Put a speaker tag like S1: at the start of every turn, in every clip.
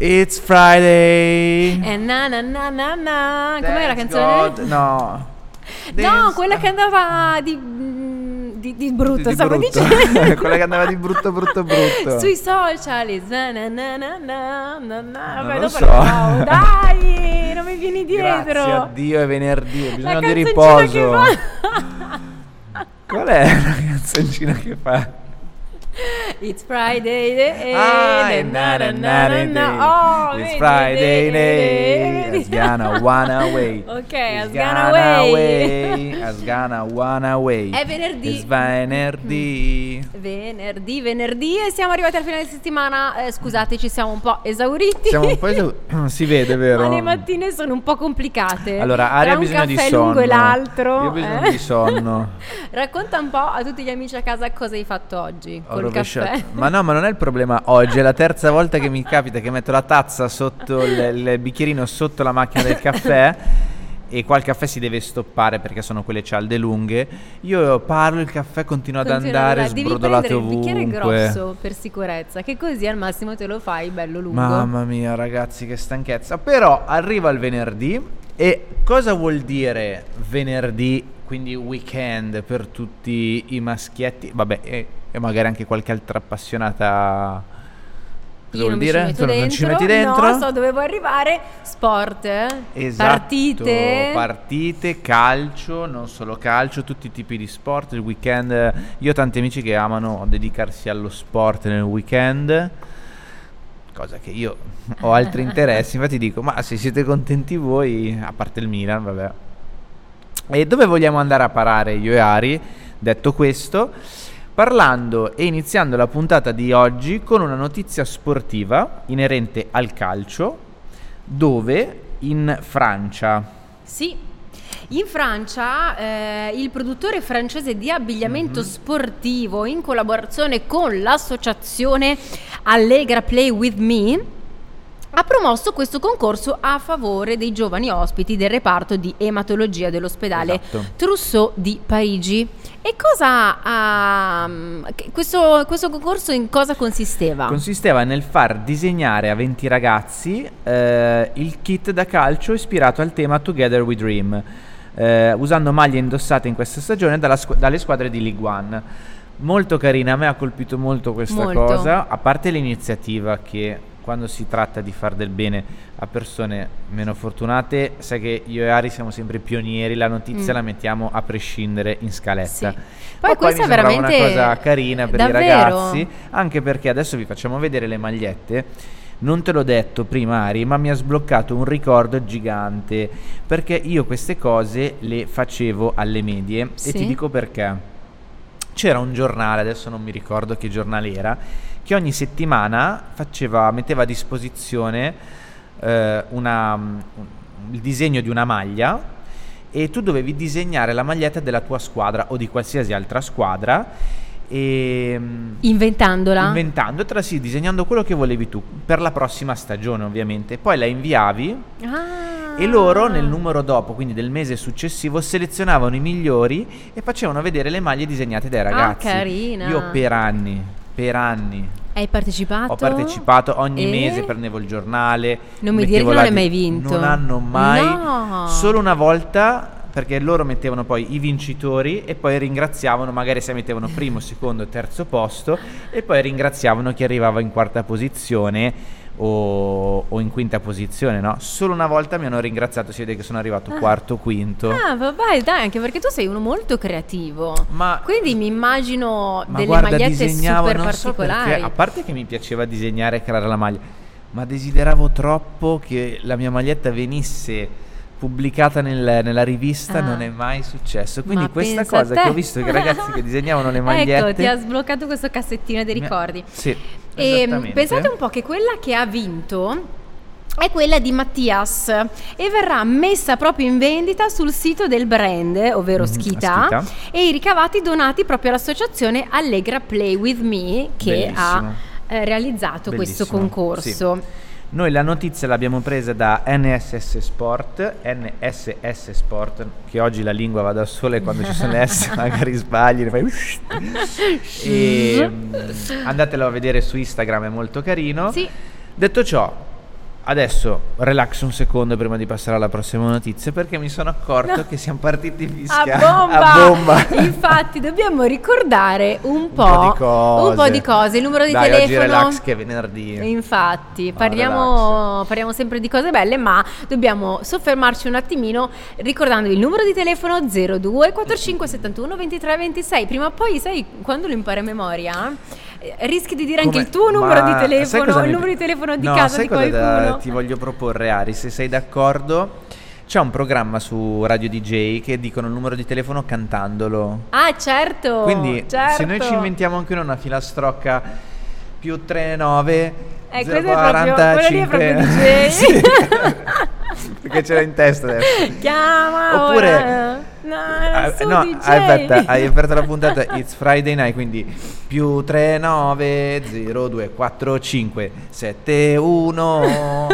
S1: It's Friday.
S2: E na na na na na. Com'è la
S1: Thank
S2: canzone?
S1: God. No.
S2: No, quella che andava di brutto,
S1: Di
S2: stavo
S1: brutto.
S2: dicendo.
S1: Quella che andava di brutto.
S2: Sui social na na na na na na na.
S1: Non
S2: Vabbè,
S1: lo
S2: dopo
S1: so.
S2: la provo. Dai, non mi vieni dietro.
S1: Grazie a Dio è venerdì, ho bisogno
S2: La
S1: di
S2: canzoncina
S1: riposo.
S2: che fa.
S1: Qual è la canzoncina che fa?
S2: It's Friday.
S1: Na na na na na.
S2: Oh,
S1: It's
S2: vedi,
S1: Friday day.
S2: vedi.
S1: It's gonna wanna away.
S2: Ok,
S1: It's
S2: it's gonna away.
S1: It's gonna wanna away.
S2: È venerdì.
S1: It's venerdì.
S2: Venerdì e siamo arrivati alla fine della settimana. Scusate, ci siamo un po' esauriti.
S1: Siamo un po' si vede, vero?
S2: Ma le mattine sono un po' complicate.
S1: Allora, Aria ha bisogno di sonno.
S2: Tra un caffè lungo e l'altro.
S1: Io ho bisogno di sonno.
S2: Racconta un po' a tutti gli amici a casa cosa hai fatto oggi
S1: Ho
S2: col
S1: rovesciato.
S2: caffè.
S1: Ma no, ma non è il problema oggi, è la terza volta che mi capita che metto la tazza sotto il bicchierino sotto la macchina del caffè e qua il caffè si deve stoppare perché sono quelle cialde lunghe. Io parlo, il caffè continua ad andare sbrodolato ovunque.
S2: Devi prendere il bicchiere grosso per sicurezza, che così al massimo te lo fai bello lungo.
S1: Mamma mia ragazzi, che stanchezza. Però arriva il venerdì e cosa vuol dire venerdì? Quindi weekend per tutti i maschietti, vabbè, e magari anche qualche altra appassionata. Cosa vuol dire? Non ci metti dentro?
S2: No, so dove vuoi arrivare. Sport,
S1: Esatto,
S2: partite,
S1: calcio, non solo calcio, tutti i tipi di sport. Il weekend, io ho tanti amici che amano dedicarsi allo sport nel weekend, cosa che io ho altri interessi, infatti dico, ma se siete contenti voi, a parte il Milan, vabbè. E dove vogliamo andare a parare io e Ari, detto questo, parlando e iniziando la puntata di oggi con una notizia sportiva inerente al calcio, dove in Francia.
S2: Sì, in Francia il produttore francese di abbigliamento sportivo, in collaborazione con l'associazione Allegra Play With Me, ha promosso questo concorso a favore dei giovani ospiti del reparto di ematologia dell'ospedale Trousseau di Parigi. E questo concorso in cosa consisteva?
S1: Consisteva nel far disegnare a 20 ragazzi il kit da calcio ispirato al tema Together We Dream, usando maglie indossate in questa stagione dalle squadre di Ligue 1. Molto carina, a me ha colpito molto questa cosa, a parte l'iniziativa che quando si tratta di far del bene a persone meno fortunate, sai che io e Ari siamo sempre pionieri, la notizia la mettiamo a prescindere in scaletta.
S2: Sì. Poi questa
S1: mi
S2: è veramente
S1: una cosa carina per
S2: davvero
S1: i ragazzi, anche perché adesso vi facciamo vedere le magliette. Non te l'ho detto prima Ari, ma mi ha sbloccato un ricordo gigante, perché io queste cose le facevo alle medie e ti dico perché. C'era un giornale, adesso non mi ricordo che giornale era, che ogni settimana metteva a disposizione il disegno di una maglia e tu dovevi disegnare la maglietta della tua squadra o di qualsiasi altra squadra e inventandotela, sì, disegnando quello che volevi tu per la prossima stagione ovviamente. Poi la inviavi e loro nel numero dopo, quindi del mese successivo, selezionavano i migliori e facevano vedere le maglie disegnate dai ragazzi.
S2: Carina.
S1: Io per anni
S2: hai partecipato?
S1: Ho partecipato, ogni mese prendevo il giornale.
S2: Non mi dire che non hai mai vinto.
S1: Non hanno mai, solo una volta, perché loro mettevano poi i vincitori e poi ringraziavano, magari se mettevano primo, secondo, terzo posto, e poi ringraziavano chi arrivava in quarta posizione o in quinta posizione, no? Solo una volta mi hanno ringraziato, si vede che sono arrivato quarto, quinto.
S2: Vabbè, dai, anche perché tu sei uno molto creativo, quindi mi immagino delle magliette super particolari.
S1: Perché, a parte che mi piaceva disegnare e creare la maglia, ma desideravo troppo che la mia maglietta venisse pubblicata nella rivista, non è mai successo. Quindi questa cosa che ho visto che i ragazzi che disegnavano le magliette,
S2: ecco, ti ha sbloccato questo cassettino dei ricordi.
S1: Sì,
S2: e pensate un po' che quella che ha vinto è quella di Mattias e verrà messa proprio in vendita sul sito del brand, ovvero Schita, e i ricavati donati proprio all'associazione Allegra Play With Me che ha realizzato questo concorso.
S1: Sì. Noi la notizia l'abbiamo presa da NSS Sport, che oggi la lingua va da sola e quando ci sono le S magari sbagli, e andatelo a vedere su Instagram, è molto carino.
S2: Sì.
S1: Detto ciò, Adesso relax un secondo prima di passare alla prossima notizia, perché mi sono accorto che siamo partiti
S2: a bomba. Infatti dobbiamo ricordare un po' di cose. Il numero di telefono.
S1: Oggi relax che è venerdì.
S2: Infatti parliamo sempre di cose belle, ma dobbiamo soffermarci un attimino ricordando il numero di telefono 02 45 71 23 26. Prima o poi, sai, quando lo impari a memoria rischi di dire anche il tuo numero di telefono, il numero di telefono di casa di qualcuno.
S1: Ti voglio proporre, Ari, se sei d'accordo, c'è un programma su Radio DJ che dicono il numero di telefono cantandolo.
S2: Ah, certo.
S1: Quindi se noi ci inventiamo anche una filastrocca più 39 045
S2: quello lì è proprio DJ.
S1: Sì. Perché ce l'ho in testa adesso.
S2: Chiama
S1: oppure
S2: DJ.
S1: Aspetta, hai aperto la puntata It's Friday Night, quindi più 390245 71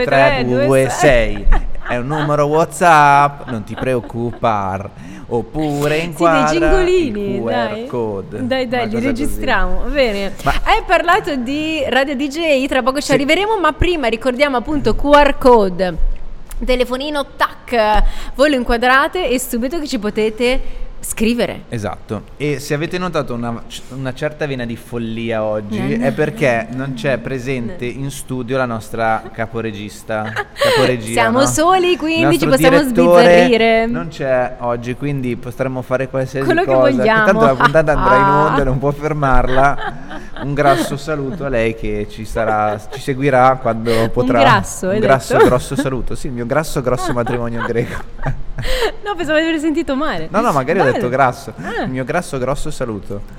S1: 2326. È un numero WhatsApp, non ti preoccupare. Oppure inquadra
S2: dei gingolini,
S1: il QR code.
S2: Dai, li registriamo. Bene. Hai parlato di Radio DJ, tra poco ci arriveremo, ma prima ricordiamo appunto QR code. Telefonino, tac, voi lo inquadrate e subito che ci potete scrivere.
S1: Esatto. E se avete notato una certa vena di follia oggi è perché non c'è presente in studio la nostra caporegia.
S2: Siamo soli, quindi ci possiamo sbizzarrire.
S1: Non c'è oggi, quindi potremmo fare qualsiasi
S2: quello
S1: cosa.
S2: che vogliamo.
S1: Tanto la puntata andrà in onda, non può fermarla. Un grasso saluto a lei che ci seguirà quando potrà.
S2: Un grasso,
S1: grosso saluto. Sì, il mio grosso matrimonio greco.
S2: No, pensavo di aver sentito male.
S1: No, magari ho detto grasso. Il mio grosso saluto.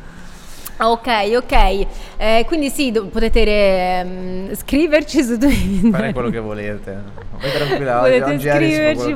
S2: Ok. Quindi sì, potete scriverci su Twitter.
S1: Fare quello che volete. Tranquilla,
S2: potete scriverci,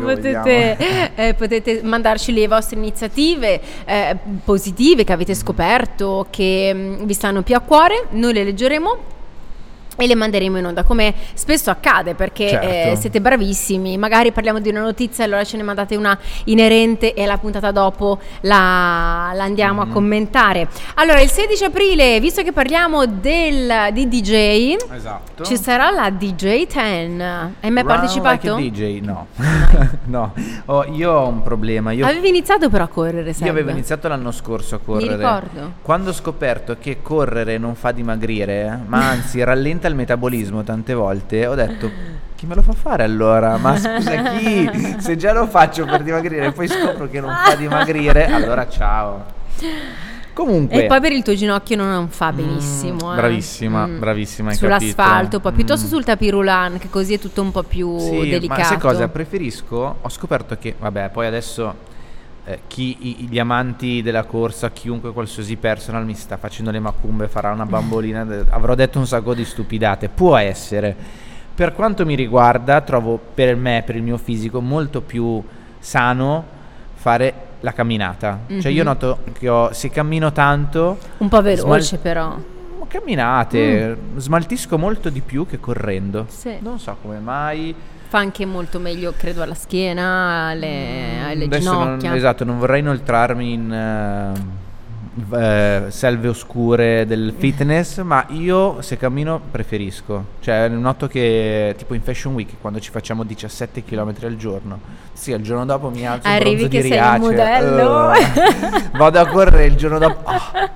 S2: potete mandarci le vostre iniziative positive che avete scoperto, che vi stanno più a cuore. Noi le leggeremo e le manderemo in onda, come spesso accade, perché siete bravissimi. Magari parliamo di una notizia, allora ce ne mandate una inerente e la puntata dopo la andiamo a commentare. Allora, il 16 aprile, visto che parliamo di DJ,
S1: esatto,
S2: ci sarà la DJ 10. Hai mai partecipato?
S1: DJ? No. No. Io ho un problema.
S2: Avevi iniziato però a correre,
S1: Io avevo iniziato l'anno scorso a correre.
S2: Mi ricordo.
S1: Quando ho scoperto che correre non fa dimagrire, ma anzi rallenta il metabolismo tante volte, ho detto: chi me lo fa fare allora? Ma scusa, chi? Se già lo faccio per dimagrire e poi scopro che non fa dimagrire, allora ciao. Comunque.
S2: E poi per il tuo ginocchio non fa benissimo.
S1: Bravissima, hai
S2: sull'asfalto, poi piuttosto sul tapirulan, che così è tutto un po' più delicato.
S1: Ma sai cosa? Preferisco, ho scoperto che, vabbè, poi adesso gli amanti della corsa, chiunque qualsiasi personal mi sta facendo le macumbe, farà una bambolina, avrò detto un sacco di stupidate, può essere. Per quanto mi riguarda, trovo per il mio fisico molto più sano fare la camminata. Cioè io noto che se cammino tanto,
S2: un po' veloce però
S1: camminate, smaltisco molto di più che correndo.
S2: Sì.
S1: Non so come mai.
S2: Fa anche molto meglio, credo, alla schiena, alle ginocchia.
S1: Esatto, non vorrei inoltrarmi in selve oscure del fitness, ma io se cammino preferisco. Cioè noto che tipo in Fashion Week, quando ci facciamo 17 km al giorno, sì, il giorno dopo mi alzo,
S2: arrivi che sei un modello,
S1: vado a correre il giorno dopo,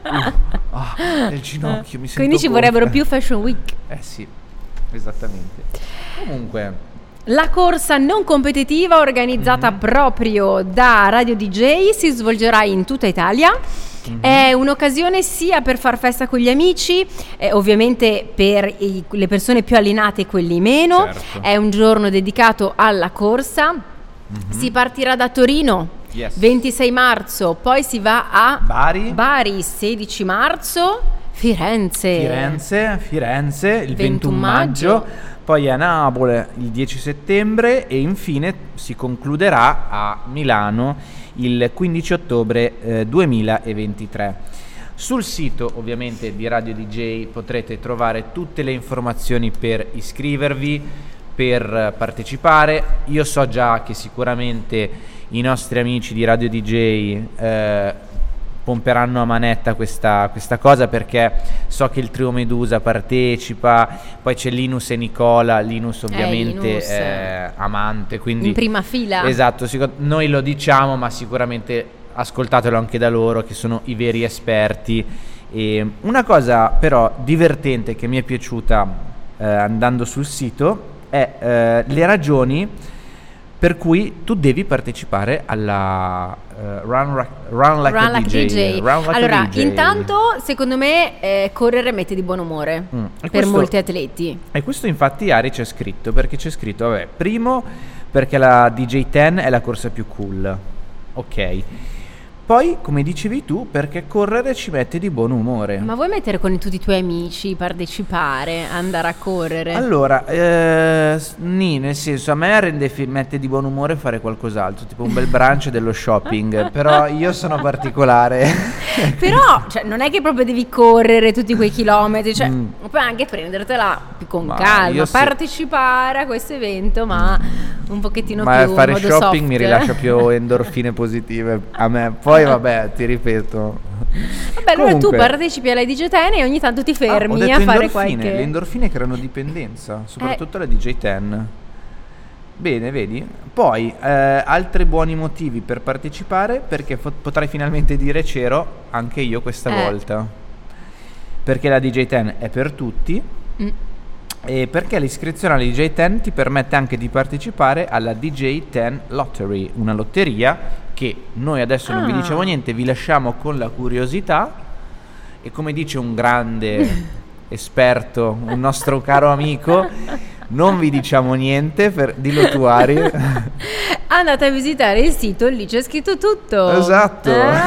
S1: il ginocchio mi sento.
S2: Quindi ci vorrebbero più Fashion Week.
S1: Sì, esattamente. Comunque,
S2: la corsa non competitiva organizzata proprio da Radio DJ si svolgerà in tutta Italia. È un'occasione sia per far festa con gli amici, ovviamente per le persone più allenate e quelli meno.
S1: Certo.
S2: È un giorno dedicato alla corsa. Si partirà da Torino 26 marzo, poi si va a Bari 16 marzo, Firenze
S1: il 21 maggio. Poi a Napoli il 10 settembre e infine si concluderà a Milano il 15 ottobre 2023. Sul sito ovviamente di Radio DJ potrete trovare tutte le informazioni per iscrivervi, per partecipare. Io so già che sicuramente i nostri amici di Radio DJ pomperanno a manetta questa cosa, perché so che il trio Medusa partecipa, poi c'è Linus e Nicola. Linus ovviamente
S2: Linus.
S1: è amante, quindi
S2: In prima fila.
S1: esatto, noi lo diciamo, ma sicuramente ascoltatelo anche da loro, che sono i veri esperti. E una cosa però divertente che mi è piaciuta andando sul sito è le ragioni per cui tu devi partecipare alla Run Like a DJ. Run Like
S2: Allora,
S1: a DJ.
S2: intanto secondo me correre mette di buon umore
S1: E
S2: per
S1: questo-
S2: molti atleti.
S1: E questo infatti Ari c'è scritto, perché c'è scritto, vabbè, primo perché la DJ10 è la corsa più cool, ok. Poi, come dicevi tu, perché correre ci mette di buon umore.
S2: Ma vuoi mettere con tutti i tuoi amici, partecipare, andare a correre?
S1: Allora, nel senso, a me mette di buon umore fare qualcos'altro, tipo un bel brunch dello shopping, però io sono particolare.
S2: Però, cioè, non è che proprio devi correre tutti quei chilometri, cioè, puoi anche prendertela più con
S1: Ma
S2: calma,
S1: io sì.
S2: partecipare a questo evento, ma un pochettino
S1: Ma
S2: più
S1: fare
S2: modo
S1: shopping
S2: soft.
S1: mi rilascia più endorfine positive a me. Poi vabbè, ti ripeto.
S2: Vabbè, allora tu
S1: Comunque-
S2: partecipi alla DJ10 e ogni tanto ti
S1: Ah, ho
S2: fermi
S1: detto
S2: a fare
S1: endorfine.
S2: qualche...
S1: Le endorfine creano dipendenza, soprattutto la DJ10. Bene, vedi? Poi altri buoni motivi per partecipare, perché potrai finalmente dire c'ero anche io questa volta. Perché la DJ10 è per tutti e perché l'iscrizione alla DJ10 ti permette anche di partecipare alla DJ10 Lottery, una lotteria che noi adesso non vi diciamo niente, vi lasciamo con la curiosità. E come dice un grande esperto, un nostro caro amico, non vi diciamo niente, dillo tu Ari.
S2: Andate a visitare il sito, lì c'è scritto tutto.
S1: Esatto.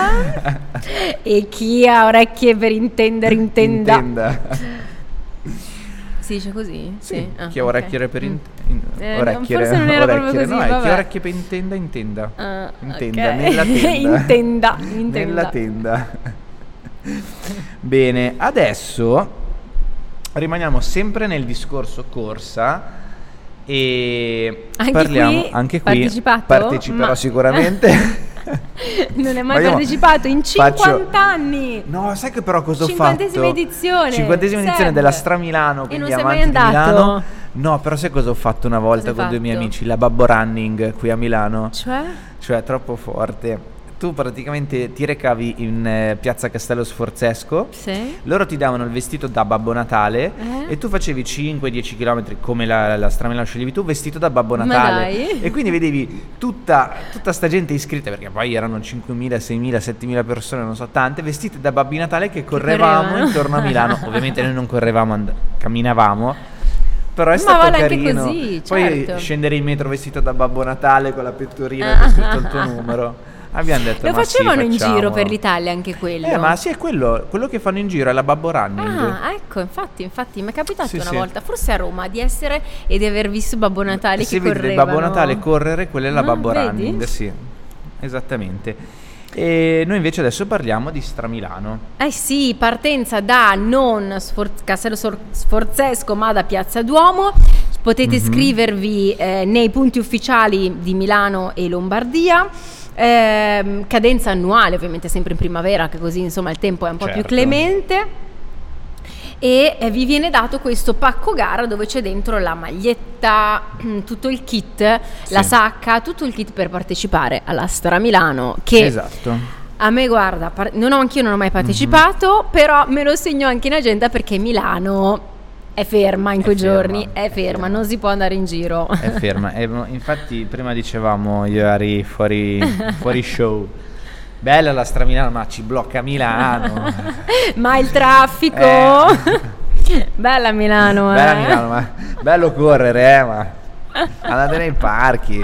S2: E chi ha orecchie per intendere, intenda.
S1: Intenda.
S2: Si dice così?
S1: Sì,
S2: Ah,
S1: chi ha
S2: ok.
S1: orecchiere per orecchiere,
S2: forse non era proprio
S1: orecchiere,
S2: così,
S1: no, è chi
S2: vabbè.
S1: ha orecchie per intenda.
S2: Ah,
S1: Intenda,
S2: ok.
S1: nella tenda.
S2: Intenda.
S1: Nella tenda. Bene, adesso rimaniamo sempre nel discorso corsa e
S2: Anche
S1: parliamo
S2: qui
S1: anche qui
S2: partecipato?
S1: parteciperò
S2: Ma-
S1: sicuramente.
S2: Non è
S1: Ma
S2: mai
S1: io
S2: partecipato in 50
S1: faccio-
S2: anni.
S1: No, sai che però cosa ho fatto?
S2: 50esima edizione.
S1: 50esima edizione
S2: Sam.
S1: della Stramilano,
S2: E
S1: quindi
S2: non sei mai
S1: amanti di
S2: andato?
S1: Milano. No, però sai cosa ho fatto una volta
S2: Cosa hai
S1: con due miei
S2: fatto?
S1: amici? La Babbo Running qui a Milano.
S2: Cioè?
S1: È troppo forte. Tu praticamente ti recavi in piazza Castello Sforzesco.
S2: Sì.
S1: Loro ti davano il vestito da Babbo Natale e tu facevi 5-10 km come la Stramilano sceglievi tu, vestito da Babbo
S2: Ma
S1: Natale.
S2: dai.
S1: E quindi vedevi tutta sta gente iscritta, perché poi erano 5.000, 6.000, 7.000 persone, non so, tante, vestite da Babbi Natale che correvamo
S2: correvano.
S1: intorno a Milano. Ovviamente noi non correvamo, camminavamo. Però è
S2: Ma
S1: stato
S2: vale anche
S1: carino.
S2: così,
S1: Poi
S2: certo.
S1: scendere in metro vestito da Babbo Natale con la pettorina con scritto il tuo numero. Abbiamo detto
S2: Lo
S1: ma sì,
S2: facevano in
S1: facciamolo.
S2: giro per l'Italia anche quello.
S1: Ma sì, è quello che fanno in giro, è la Babbo Running.
S2: Ah, ecco, infatti, mi è capitato
S1: Sì,
S2: una
S1: sì.
S2: volta, forse a Roma, di essere e di aver visto Babbo Natale
S1: Se
S2: che
S1: vedi il
S2: correvano.
S1: Babbo Natale correre, quella è la
S2: Ah,
S1: Babbo
S2: vedi?
S1: Running, sì. Esattamente. E noi invece adesso parliamo di Stramilano.
S2: Eh sì, partenza da non Castello Sforzesco ma da Piazza Duomo. Potete iscrivervi nei punti ufficiali di Milano e Lombardia. Cadenza annuale, ovviamente sempre in primavera, che così insomma il tempo è un po' più
S1: Certo.
S2: clemente. E vi viene dato questo pacco gara dove c'è dentro la maglietta, tutto il kit, la sacca, tutto il kit per partecipare alla Stramilano, che
S1: Esatto.
S2: a me guarda, anch'io non ho mai partecipato, però me lo segno anche in agenda perché Milano è ferma in quei giorni, è ferma, non si può andare in giro.
S1: È ferma. E infatti prima dicevamo io e Ari fuori show. Bella la Stramilano, ma ci blocca Milano.
S2: Ma il traffico! Bella Milano,
S1: Bella Milano, ma bello correre, ma andate nei parchi.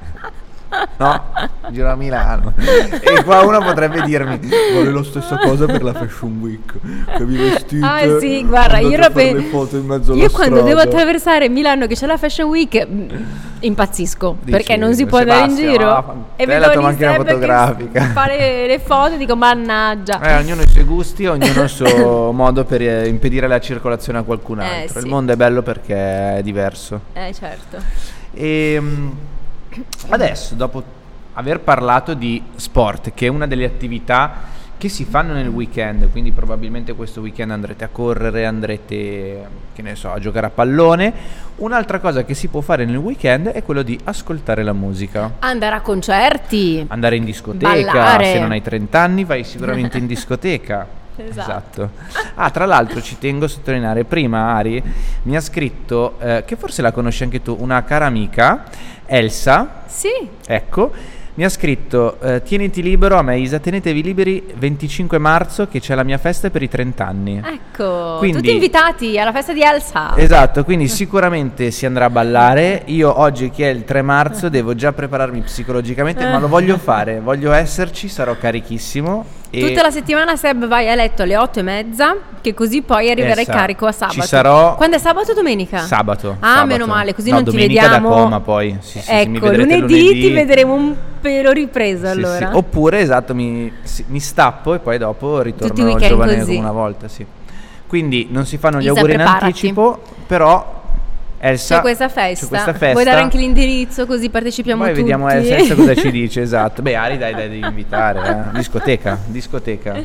S1: No, giro a Milano. E qua uno potrebbe dirmi vuole la stessa cosa per la Fashion Week, che vi vestite.
S2: Ah sì, guarda,
S1: andate
S2: io
S1: a fare le foto in mezzo alla
S2: io quando
S1: strada.
S2: devo attraversare Milano che c'è la Fashion Week impazzisco,
S1: Dici,
S2: perché non si può andare in
S1: Sebastian,
S2: giro
S1: va,
S2: e
S1: te la tua
S2: lì
S1: macchina
S2: sempre che
S1: fotografica.
S2: fare le foto, dico mannaggia.
S1: Ognuno ha i suoi gusti, ognuno ha il suo modo per impedire la circolazione a qualcun altro.
S2: sì.
S1: Il mondo è bello perché è diverso.
S2: Certo.
S1: E adesso, dopo aver parlato di sport, che è una delle attività che si fanno nel weekend, quindi probabilmente questo weekend andrete a correre, andrete, che ne so, a giocare a pallone. Un'altra cosa che si può fare nel weekend è quello di ascoltare la musica.
S2: Andare a concerti.
S1: Andare in discoteca,
S2: ballare.
S1: se non hai 30 anni vai sicuramente in discoteca.
S2: Esatto.
S1: Tra l'altro ci tengo a sottolineare, prima Ari mi ha scritto, che forse la conosci anche tu, una cara amica, Elsa.
S2: Sì.
S1: Ecco, mi ha scritto, tieniti libero, a me Isa, tenetevi liberi 25 marzo che c'è la mia festa per i 30 anni.
S2: Ecco,
S1: Quindi,
S2: tutti invitati alla festa di Elsa.
S1: Esatto, quindi sicuramente si andrà a ballare. Io oggi, che è il 3 marzo, devo già prepararmi psicologicamente, ma lo voglio fare, voglio esserci, sarò carichissimo.
S2: Tutta la settimana, Seb, vai a letto alle 8:30, che così poi arriverai carico a sabato.
S1: Ci sarò.
S2: Quando è sabato o domenica?
S1: Sabato.
S2: Meno male, così
S1: no,
S2: non ti
S1: domenica
S2: vediamo.
S1: Da coma poi. Sì,
S2: ecco,
S1: mi vedrete
S2: lunedì ti vedremo un pelo ripreso, allora.
S1: Sì. Oppure, esatto, mi stappo e poi dopo ritorno giovane come una volta, sì. Quindi non si fanno gli
S2: Isa,
S1: auguri
S2: preparati.
S1: in anticipo, però Elsa,
S2: c'è questa festa. Vuoi dare anche l'indirizzo così partecipiamo
S1: poi
S2: tutti?
S1: Vediamo Elsa cosa ci dice, esatto. Beh, Ari, dai, devi invitare. Discoteca.
S2: In discoteca.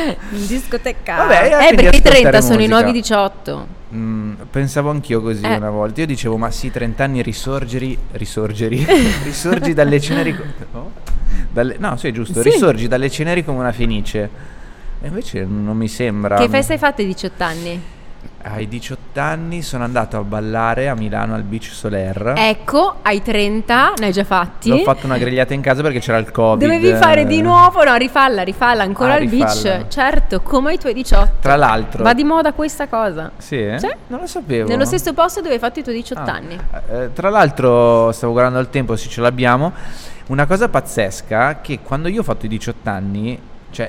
S1: Vabbè,
S2: perché i 30
S1: musica.
S2: sono i nuovi 18.
S1: Pensavo anch'io così una volta. Io dicevo, ma sì, 30 anni risorgi dalle ceneri. No, sì, è giusto.
S2: Sì.
S1: Risorgi dalle ceneri come una fenice. E invece non mi sembra.
S2: Che festa hai fatto ai 18 anni?
S1: Ai 18 anni sono andato a ballare a Milano al Beach Soler.
S2: Ecco, ai 30 ne hai già fatti.
S1: L'ho fatto una grigliata in casa perché c'era il Covid.
S2: Dovevi fare di nuovo, no, rifalla ancora al beach. Certo, come ai tuoi 18.
S1: Tra l'altro.
S2: Va di moda questa cosa.
S1: Sì? Sì. Non lo sapevo.
S2: Nello stesso posto dove hai fatto i tuoi 18 anni.
S1: Tra l'altro, stavo guardando il tempo, sì, ce l'abbiamo. Una cosa pazzesca, che quando io ho fatto i 18 anni, cioè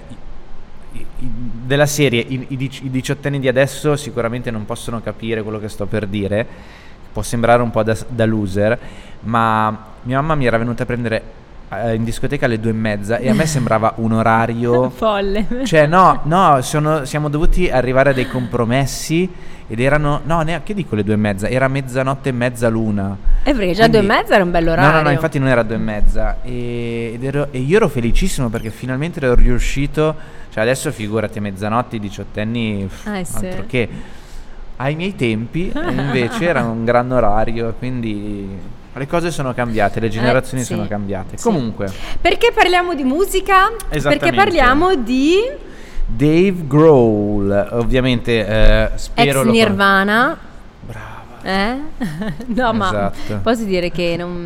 S1: della serie, i diciottenni di adesso sicuramente non possono capire quello che sto per dire, può sembrare un po' da loser, ma mia mamma mi era venuta a prendere in discoteca alle 2:30 e a me sembrava un orario
S2: folle.
S1: Cioè siamo dovuti arrivare a dei compromessi ed erano, che dico le 2:30, era mezzanotte e mezza, l'una.
S2: Perché già 2:30 era un bello orario.
S1: No, infatti non era 2:30 e io ero felicissimo perché finalmente ero riuscito. Cioè adesso figurati, mezzanotte, i diciottenni, altro che. Ai miei tempi invece era un gran orario, quindi le cose sono cambiate, le generazioni sono cambiate. Sì. Comunque,
S2: perché parliamo di musica? Perché parliamo di
S1: Dave Grohl, ovviamente spero
S2: ex Nirvana.
S1: Brava.
S2: No, ma
S1: esatto.
S2: Posso dire che lo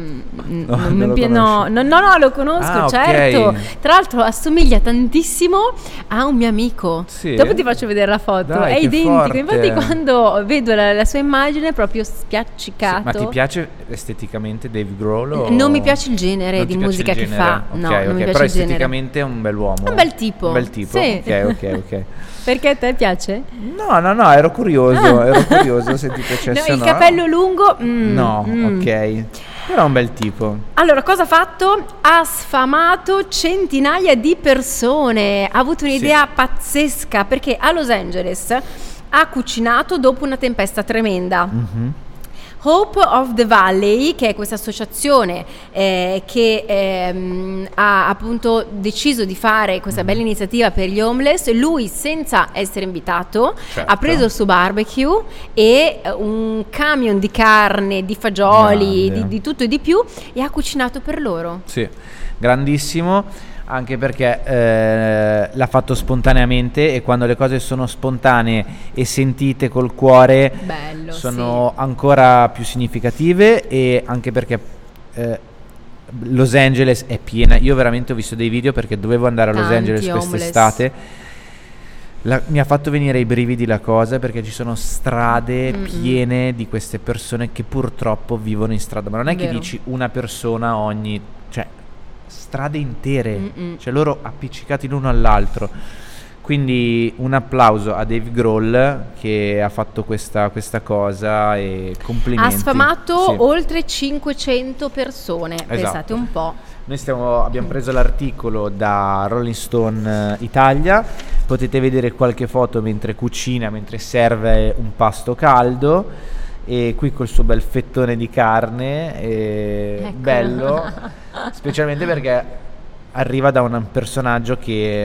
S2: conosco, certo.
S1: Okay.
S2: Tra l'altro assomiglia tantissimo a un mio amico.
S1: Sì?
S2: Dopo ti faccio vedere la foto.
S1: Dai,
S2: è identico.
S1: forte.
S2: Infatti quando vedo la sua immagine è proprio spiaccicato.
S1: Sì, ma ti piace esteticamente Dave Grohl?
S2: Non mi piace il genere di musica che fa.
S1: Okay,
S2: no, non mi piace
S1: però
S2: il genere.
S1: esteticamente è un bell'uomo.
S2: Un bel tipo. Sì.
S1: Ok.
S2: Perché a te piace?
S1: No, ero curioso se ti piacesse.
S2: Il capello lungo?
S1: Ok. Però è un bel tipo.
S2: Allora, cosa ha fatto? Ha sfamato centinaia di persone. Ha avuto un'idea pazzesca perché a Los Angeles ha cucinato dopo una tempesta tremenda.
S1: Mm-hmm.
S2: Hope of the Valley, che è questa associazione che ha appunto deciso di fare questa bella iniziativa per gli homeless, lui senza essere invitato ha preso il suo barbecue e un camion di carne, di fagioli, di tutto e di più, e ha cucinato per loro.
S1: Sì, grandissimo. Anche perché l'ha fatto spontaneamente, e quando le cose sono spontanee e sentite col cuore sono ancora più significative, e anche perché Los Angeles è piena. Io veramente ho visto dei video perché dovevo andare a Los Angeles quest'estate. Mi ha fatto venire i brividi la cosa, perché ci sono strade piene di queste persone che purtroppo vivono in strada, ma non è che dici una persona ogni, cioè strade intere, cioè loro appiccicati l'uno all'altro. Quindi un applauso a Dave Grohl che ha fatto questa cosa, e complimenti.
S2: Ha sfamato oltre 500 persone, pensate un po'.
S1: Noi abbiamo preso l'articolo da Rolling Stone Italia, potete vedere qualche foto mentre cucina, mentre serve un pasto caldo, e qui col suo bel fettone di carne, bello, specialmente perché arriva da un personaggio che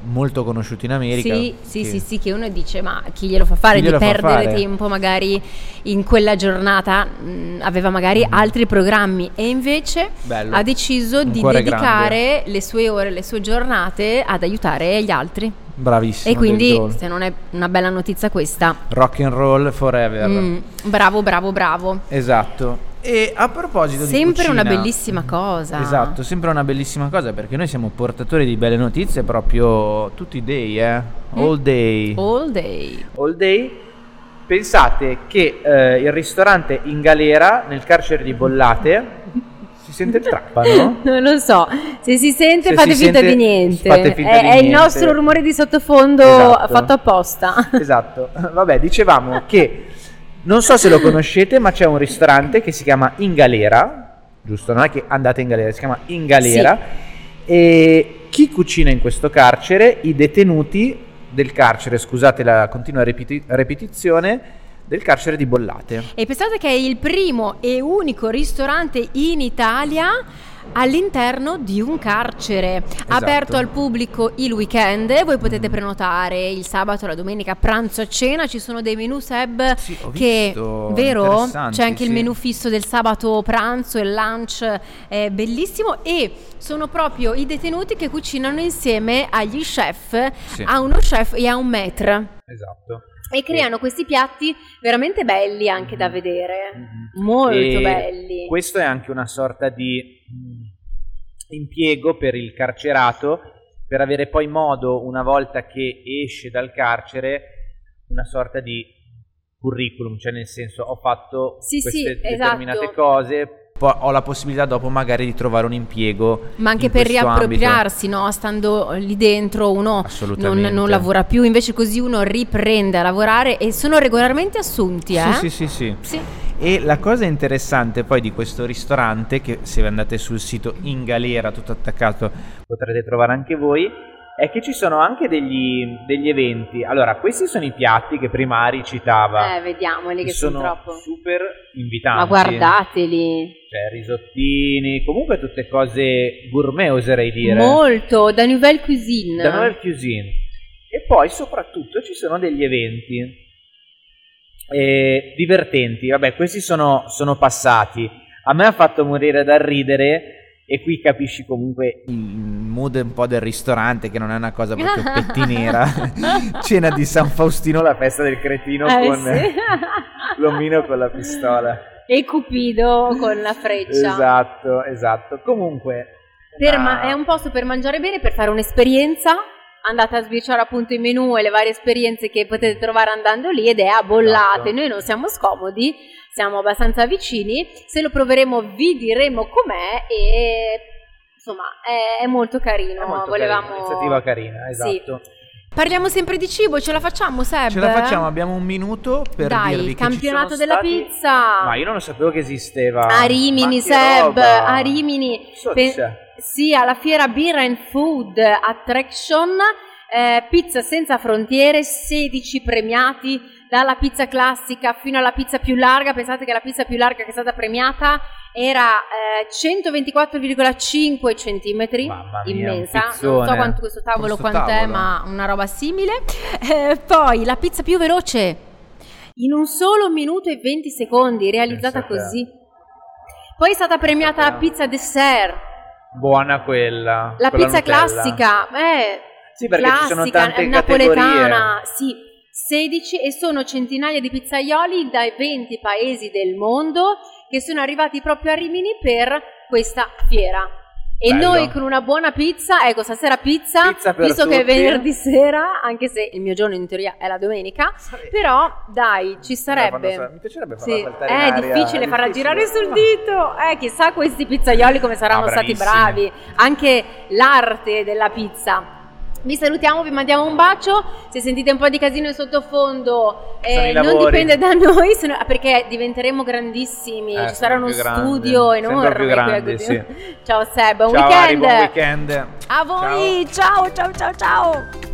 S1: molto conosciuti in America.
S2: Sì, che uno dice ma chi glielo fa fare
S1: Chi
S2: di
S1: glielo fa
S2: perdere
S1: fare?
S2: tempo magari in quella giornata, aveva magari altri programmi e invece
S1: Bello.
S2: ha deciso
S1: Un
S2: di
S1: cuore
S2: dedicare le sue ore, le sue giornate ad aiutare gli altri.
S1: Bravissimo.
S2: E quindi
S1: Del Dole.
S2: se non è una bella notizia questa,
S1: Rock and roll forever.
S2: bravo.
S1: Esatto. E a proposito di
S2: Sempre
S1: cucina,
S2: una bellissima cosa.
S1: Esatto, sempre una bellissima cosa, perché noi siamo portatori di belle notizie proprio tutti i day, all day.
S2: All day.
S1: All day. Pensate che il ristorante in galera nel carcere di Bollate, si sente il trapano?
S2: Non lo so, se si sente
S1: Se
S2: fate
S1: si
S2: finta
S1: sente,
S2: di niente.
S1: fate finta di
S2: È il
S1: niente.
S2: nostro rumore di sottofondo
S1: Esatto.
S2: fatto apposta.
S1: Esatto. Vabbè, dicevamo che non so se lo conoscete, ma c'è un ristorante che si chiama In Galera, giusto? Non è che andate in galera, si chiama In Galera. E chi cucina in questo carcere? I detenuti del carcere, scusate la continua ripetizione, del carcere di Bollate.
S2: E pensate che è il primo e unico ristorante in Italia all'interno di un carcere, aperto al pubblico il weekend. Voi potete prenotare il sabato, la domenica, pranzo e cena. Ci sono dei menù, Seb,
S1: Sì, ho
S2: che
S1: visto,
S2: vero?
S1: interessanti,
S2: C'è anche il
S1: sì.
S2: menù fisso del sabato pranzo e lunch, è bellissimo, e sono proprio i detenuti che cucinano insieme agli chef,
S1: Sì.
S2: a uno chef e a un maître.
S1: Esatto.
S2: E creano questi piatti veramente belli anche da vedere, molto
S1: E
S2: belli.
S1: Questo è anche una sorta di impiego per il carcerato, per avere poi modo, una volta che esce dal carcere, una sorta di curriculum, cioè nel senso ho fatto
S2: Sì,
S1: queste
S2: sì,
S1: determinate
S2: esatto.
S1: cose, poi ho la possibilità dopo magari di trovare un impiego,
S2: Ma anche
S1: in
S2: per
S1: questo
S2: riappropriarsi, no? Stando lì dentro uno
S1: Assolutamente.
S2: non lavora più, invece così uno riprende a lavorare e sono regolarmente assunti,
S1: ambito. Sì.
S2: Sì.
S1: E la cosa interessante poi di questo ristorante, che se andate sul sito In Galera, tutto attaccato, potrete trovare anche voi, è che ci sono anche degli eventi. Allora, questi sono i piatti che prima Ari citava.
S2: Vediamoli che
S1: sono
S2: troppo.
S1: super invitanti.
S2: Ma guardateli.
S1: Cioè, risottini, comunque tutte cose gourmet, oserei dire.
S2: Molto, da Nouvelle Cuisine.
S1: Da Nouvelle Cuisine. E poi soprattutto ci sono degli eventi divertenti. Vabbè, questi sono passati. A me ha fatto morire dal ridere, e qui capisci comunque il mood un po' del ristorante, che non è una cosa proprio pettinera. Cena di San Faustino, la festa del cretino, con
S2: sì.
S1: l'omino con la pistola.
S2: E Cupido con la freccia.
S1: Esatto. Comunque
S2: È un posto per mangiare bene, per fare un'esperienza. Andate a sbirciare appunto i menù e le varie esperienze che potete trovare andando lì, ed è a Bollate.
S1: Esatto.
S2: Noi non siamo scomodi, siamo abbastanza vicini. Se lo proveremo vi diremo com'è, e insomma è molto carino.
S1: è molto
S2: Volevamo
S1: carina, iniziativa carina, esatto.
S2: Sì. Parliamo sempre di cibo, ce la facciamo, Seb?
S1: Ce la facciamo, abbiamo un minuto per
S2: Dai,
S1: dirvi
S2: il
S1: che ci
S2: campionato
S1: sono
S2: della
S1: stati...
S2: pizza.
S1: Ma io non lo sapevo che esisteva.
S2: A Rimini,
S1: Ma che
S2: Seb,
S1: roba!
S2: a Rimini.
S1: Sozia.
S2: Sì, alla fiera Beer and Food Attraction, pizza senza frontiere, 16 premiati, dalla pizza classica fino alla pizza più larga. Pensate che la pizza più larga che è stata premiata era 124,5 centimetri,
S1: Mamma mia,
S2: immensa.
S1: un pizzone.
S2: Non so quanto questo tavolo
S1: Questo
S2: quant'è,
S1: tavolo.
S2: ma una roba simile. Poi la pizza più veloce, in un solo minuto e 20 secondi, realizzata
S1: Pensate.
S2: così. Poi è stata premiata la pizza dessert,
S1: Buona quella.
S2: la
S1: quella
S2: pizza
S1: Nutella.
S2: classica,
S1: Sì, perché ci sono
S2: classica,
S1: tante
S2: napoletana,
S1: categorie.
S2: sì, 16, e sono centinaia di pizzaioli dai 20 paesi del mondo che sono arrivati proprio a Rimini per questa fiera. E
S1: Bello.
S2: noi con una buona pizza, ecco, stasera pizza
S1: Pizza per
S2: visto che è
S1: tutti.
S2: venerdì sera, anche se il mio giorno in teoria è la domenica, però dai, ci sarebbe.
S1: Mi piacerebbe farla
S2: Sì,
S1: saltare in
S2: è
S1: aria.
S2: difficile farla
S1: difficile.
S2: girare sul dito. Chissà questi pizzaioli come saranno stati
S1: bravissimi.
S2: bravi. Anche l'arte della pizza. Vi salutiamo, vi mandiamo un bacio. Se sentite un po' di casino in sottofondo,
S1: Sono i
S2: non
S1: lavori.
S2: dipende da noi, perché diventeremo grandissimi. Ci sarà uno
S1: più grandi.
S2: studio
S1: Sempre
S2: enorme
S1: più
S2: qui a
S1: grandi,
S2: Godino.
S1: sì.
S2: Ciao Seb, buon
S1: Ciao
S2: weekend.
S1: Ari, buon weekend.
S2: A voi, ciao ciao ciao ciao.